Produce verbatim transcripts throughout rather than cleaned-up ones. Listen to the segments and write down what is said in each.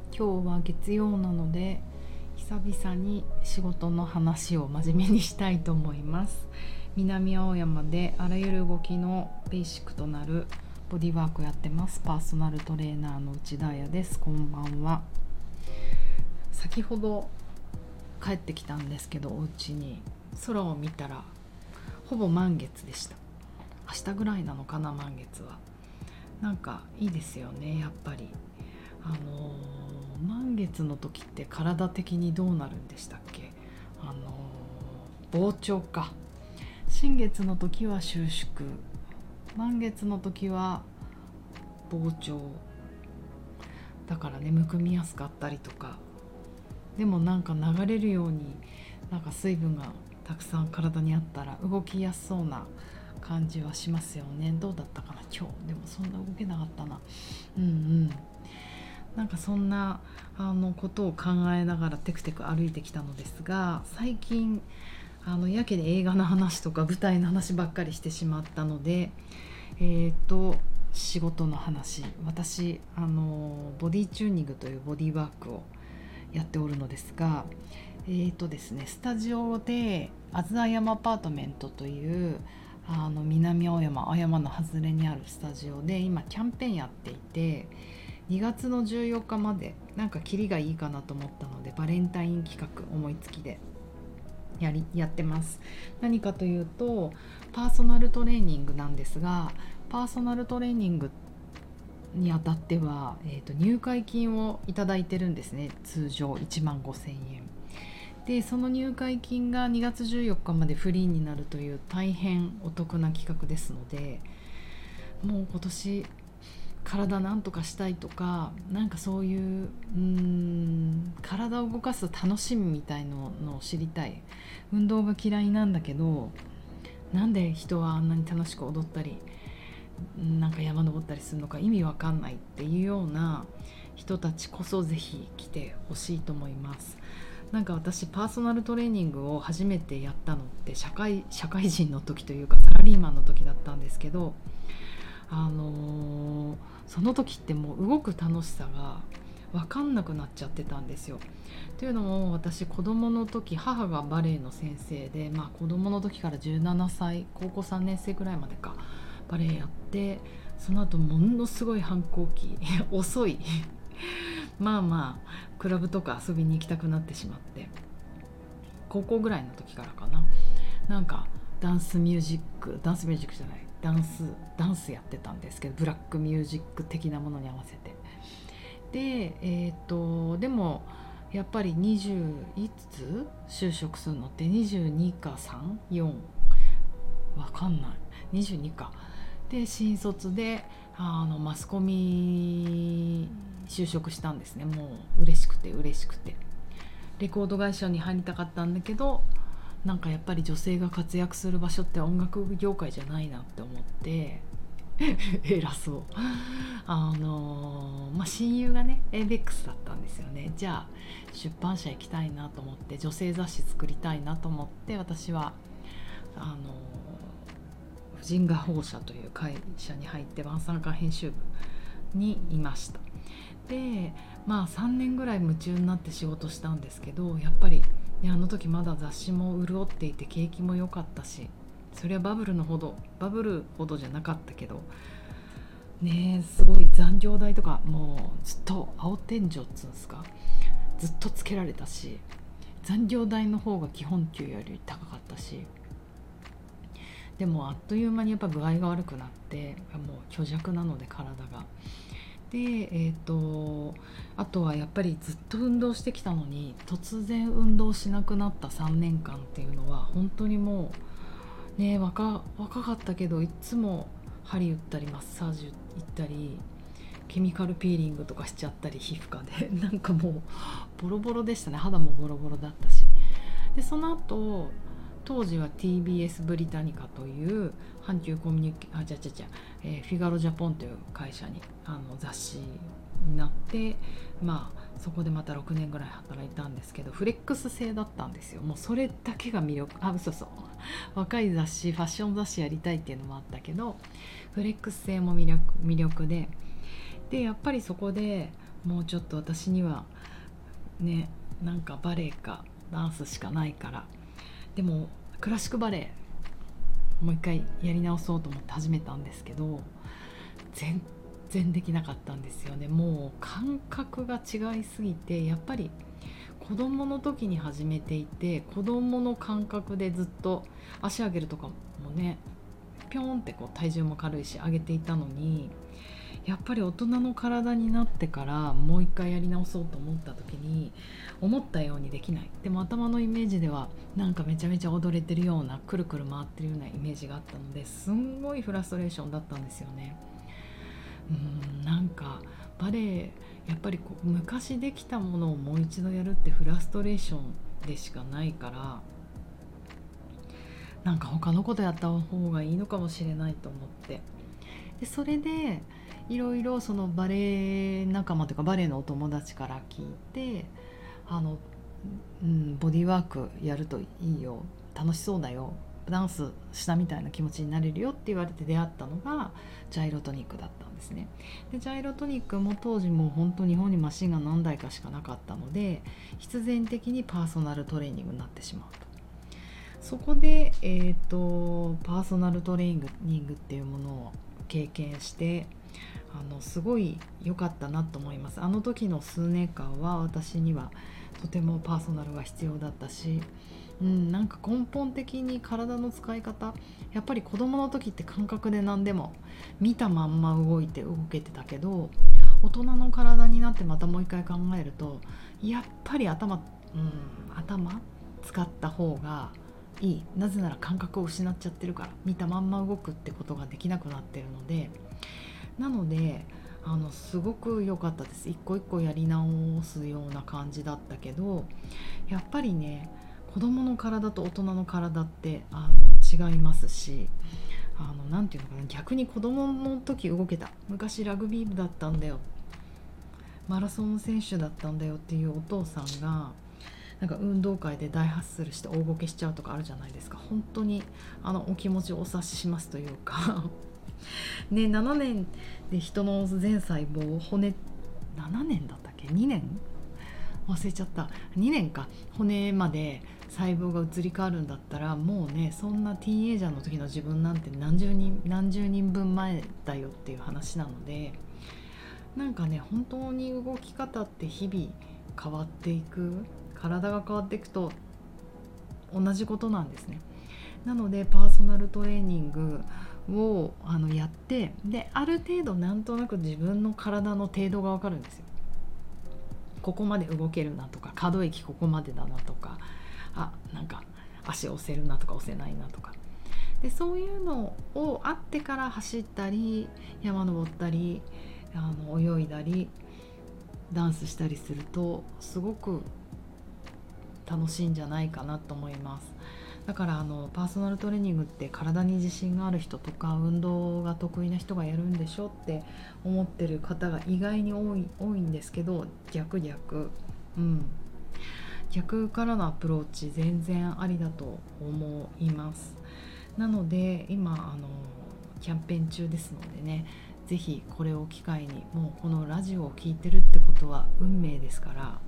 今日は月曜なので久々に仕事の話を真面目にしたいと思います。南青山であらゆる動きのベーシックとなるボディワークをやってます。パーソナルトレーナーの内田彩です。こんばんは。先ほど帰ってきたんですけど、お家に空を見たらほぼ満月でした。明日ぐらいなのかな、満月は。なんかいいですよね。やっぱりあのー、満月の時って体的にどうなるんでしたっけ。あのー、膨張か。新月の時は収縮、満月の時は膨張だからね、むくみやすかったりとか。でもなんか流れるようになんか水分がたくさん体にあったら動きやすそうな感じはしますよね。どうだったかな今日。でもそんな動けなかったな。うんうんなんかそんなあのことを考えながらテクテク歩いてきたのですが、最近あのやけで映画の話とか舞台の話ばっかりしてしまったので、えーと仕事の話。私あのボディチューニングというボディワークをやっておるのですが、えーとですねスタジオであずあやまアパートメントというあの南青山青山の外れにあるスタジオで今キャンペーンやっていて、にがつのじゅうよっかまでなんかキリがいいかなと思ったので、バレンタイン企画思いつきでやりやってます。何かというとパーソナルトレーニングなんですが、パーソナルトレーニングにあたっては、えーと入会金をいただいてるんですね。通常いちまんごせんえんで、その入会金がにがつじゅうよっかまでフリーになるという大変お得な企画ですので、もう今年体なんとかしたいとか、なんかそういう、うーん体を動かす楽しみみたいのを知りたい。運動が嫌いなんだけど、なんで人はあんなに楽しく踊ったりなんか山登ったりするのか意味わかんないっていうような人たちこそぜひ来てほしいと思います。なんか私パーソナルトレーニングを初めてやったのって社会、社会人の時というかサラリーマンの時だったんですけど、あのー、その時ってもう動く楽しさが分かんなくなっちゃってたんですよ。というのも私子供の時、母がバレエの先生で、まあ、子供の時からじゅうななさい高校さんねん生くらいまでかバレエやって、その後ものすごい反抗期遅いまあまあクラブとか遊びに行きたくなってしまって、高校ぐらいの時からかな、なんかダンスミュージックダンスミュージックじゃないダンスダンスやってたんですけど、ブラックミュージック的なものに合わせて。でえっ、とでもやっぱりにじゅういつ就職するのってにじゅうにかさん、よんわかんない、にじゅうにかで新卒であのマスコミ就職したんですね。もう嬉しくて嬉しくてレコード会社に入りたかったんだけど、なんかやっぱり女性が活躍する場所って音楽業界じゃないなって思って偉そうあのー、まあ親友がね エーベックス だったんですよね。じゃあ出版社行きたいなと思って、女性雑誌作りたいなと思って、私はあのー婦人画報社という会社に入って晩餐館編集部にいました。でまあさんねんぐらい夢中になって仕事したんですけど、やっぱり、ね、あの時まだ雑誌も潤っていて景気も良かったし、それはバブルのほどバブルほどじゃなかったけどね、すごい残業代とかもうずっと青天井っつうんですか、ずっとつけられたし、残業代の方が基本給より高かったし、でもあっという間にやっぱ具合が悪くなって、もう虚弱なので体が。で、えーと、あとはやっぱりずっと運動してきたのに突然運動しなくなったさんねんかんっていうのは本当にもうね、若、若かったけどいつも針打ったりマッサージ行ったりケミカルピーリングとかしちゃったり、皮膚科でなんかもうボロボロでしたね。肌もボロボロだったし。でその後当時は ティービーエス ブリタニカという阪急コミュニケあじゃじゃじゃ、えー、フィガロジャポンという会社にあの雑誌になって、まあそこでまたろくねんぐらい働いたんですけど、フレックス制だったんですよ。もうそれだけが魅力。あ、そうそう若い雑誌ファッション雑誌やりたいっていうのもあったけど、フレックス制も魅力、魅力ででやっぱりそこでもうちょっと私にはね、なんかバレエかダンスしかないから。でもクラシックバレエもう一回やり直そうと思って始めたんですけど、全然できなかったんですよね。もう感覚が違いすぎて、やっぱり子供の時に始めていて、子供の感覚でずっと足上げるとかもね、ピョンってこう体重も軽いし上げていたのに、やっぱり大人の体になってからもう一回やり直そうと思った時に思ったようにできない。でも頭のイメージではなんかめちゃめちゃ踊れてるような、くるくる回ってるようなイメージがあったので、すんごいフラストレーションだったんですよね。うーんなんかバレエやっぱりこう昔できたものをもう一度やるってフラストレーションでしかないから、なんか他のことやった方がいいのかもしれないと思って、でそれでいろいろそのバレエ仲間というかバレエのお友達から聞いて、あの、うん、ボディーワークやるといいよ、楽しそうだよ、ダンスしたみたいな気持ちになれるよって言われて出会ったのがジャイロトニックだったんですね。でジャイロトニックも当時もう本当日本にマシンが何台かしかなかったので、必然的にパーソナルトレーニングになってしまうと。そこで、えーと、パーソナルトレーニングっていうものを経験して、あのすごい良かったなと思います。あの時の数年間は私にはとてもパーソナルが必要だったし、うん、なんか根本的に体の使い方、やっぱり子供の時って感覚で何でも見たまんま動いて動けてたけど、大人の体になってまたもう一回考えると、やっぱり頭、うん、頭使った方がいい。なぜなら感覚を失っちゃってるから、見たまんま動くってことができなくなってるので、なのであのすごく良かったです。一個一個やり直すような感じだったけど、やっぱりね、子供の体と大人の体ってあの違いますし、あのなんていうのかな、逆に子供の時動けた、昔ラグビー部だったんだよ、マラソン選手だったんだよっていうお父さんがなんか運動会で大ハッスルして大ごけしちゃうとかあるじゃないですか。本当にあのお気持ちをお察ししますというかね、ななねんで人の全細胞骨ななねんだったっけにねん忘れちゃった、にねんか、骨まで細胞が移り変わるんだったら、もうね、そんなティーンエイジャーの時の自分なんて何十人何十人分前だよっていう話なので、なんかね、本当に動き方って日々変わっていく、体が変わっていくと同じことなんですね。なのでパーソナルトレーニングをあのやって、である程度なんとなく自分の体の程度が分かるんですよ。ここまで動けるなとか、可動域ここまでだなとか、あ、なんか足押せるなとか押せないなとか、でそういうのをあってから走ったり山登ったりあの泳いだりダンスしたりするとすごく楽しいんじゃないかなと思います。だからあのパーソナルトレーニングって体に自信がある人とか運動が得意な人がやるんでしょって思ってる方が意外に多い、多いんですけど、逆逆、うん、逆からのアプローチ全然ありだと思います。なので今あのキャンペーン中ですのでね、ぜひこれを機会に、もうこのラジオを聞いてるってことは運命ですから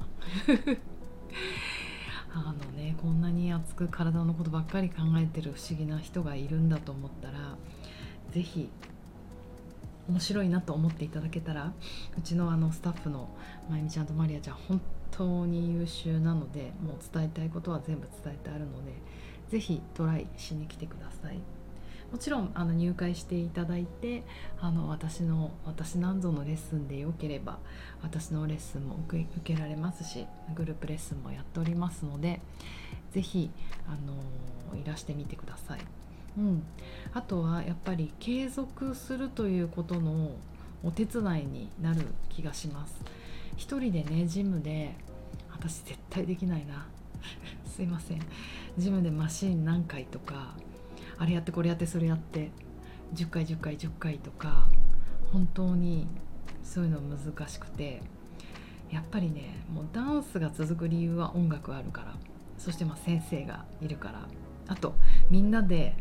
あのね、こんなに熱く体のことばっかり考えてる不思議な人がいるんだと思ったら、ぜひ面白いなと思っていただけたら、うちのあのスタッフのまゆみちゃんとマリアちゃん本当に優秀なので、もう伝えたいことは全部伝えてあるので、ぜひトライしに来てください。もちろんあの入会していただいて、あの私の私なんぞのレッスンでよければ私のレッスンも受け、受けられますし、グループレッスンもやっておりますので、ぜひあのいらしてみてください。うん、あとはやっぱり継続するということのお手伝いになる気がします。一人でね、ジムで私絶対できないなすいません、ジムでマシン何回とか、あれやってこれやってそれやってじゅっかいじゅっかいじゅっかいとか、本当にそういうの難しくて、やっぱりね、もうダンスが続く理由は音楽あるから、そしてまあ先生がいるから、あとみんなで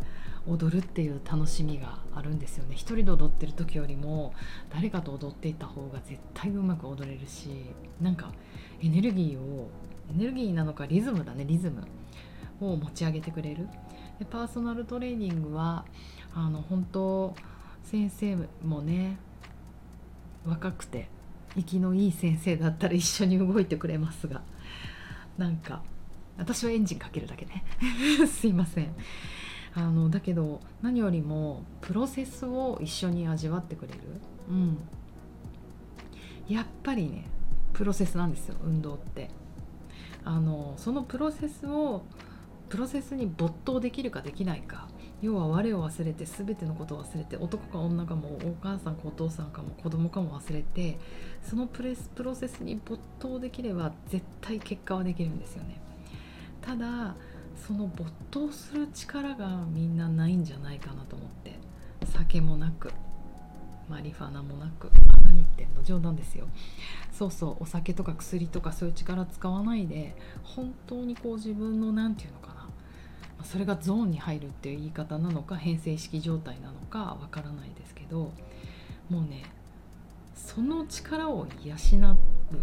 踊るっていう楽しみがあるんですよね。一人で踊ってる時よりも誰かと踊っていた方が絶対うまく踊れるし、なんかエネルギーをエネルギーなのかリズムだねリズムを持ち上げてくれる。でパーソナルトレーニングはあの本当先生もね若くて生きのいい先生だったら一緒に動いてくれますが、なんか私はエンジンかけるだけねすいません。あのだけど何よりもプロセスを一緒に味わってくれる、うん、やっぱりねプロセスなんですよ運動って。あのそのプロセスをプロセスに没頭できるかできないか、要は我を忘れて全てのことを忘れて、男か女かもお母さんかお父さんかも子供かも忘れて、そのプレスプロセスに没頭できれば絶対結果はできるんですよね。ただその没頭する力がみんなないんじゃないかなと思って。酒もなくマリファナもなく、何言ってんの、冗談ですよ。そうそう、お酒とか薬とかそういう力使わないで本当にこう自分のなんていうのかな、それがゾーンに入るっていう言い方なのか変性意識状態なのかわからないですけど、もうねその力を養う、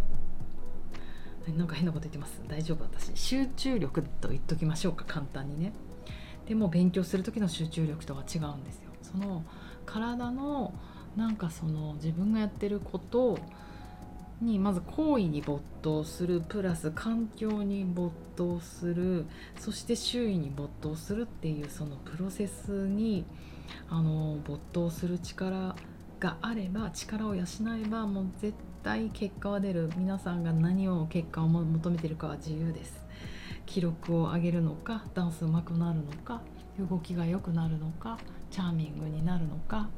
なんか変なこと言ってます。大丈夫、私集中力と言っときましょうか、簡単にね。でも勉強する時の集中力とは違うんですよ。その体のなんかその自分がやってることにまず行為に没頭する、プラス環境に没頭する、そして周囲に没頭するっていうそのプロセスにあの没頭する力があれば、力を養えばもう絶対結果は出る。皆さんが何を結果を求めているかは自由です。記録を上げるのか、ダンス上手くなるのか、動きが良くなるのか、チャーミングになるのか、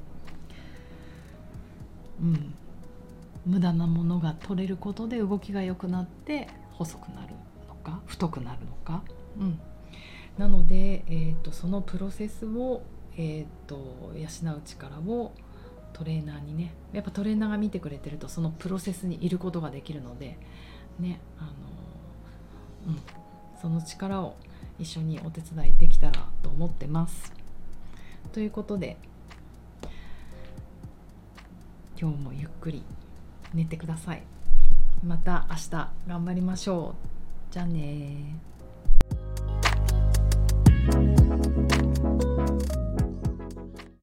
うん無駄なものが取れることで動きが良くなって細くなるのか太くなるのか、うん、なので、えーと、そのプロセスを、えーと、養う力をトレーナーにね、やっぱトレーナーが見てくれてるとそのプロセスにいることができるのでね、あの、うん、その力を一緒にお手伝いできたらと思ってます。ということで今日もゆっくり寝てください。また明日頑張りましょう。じゃあね。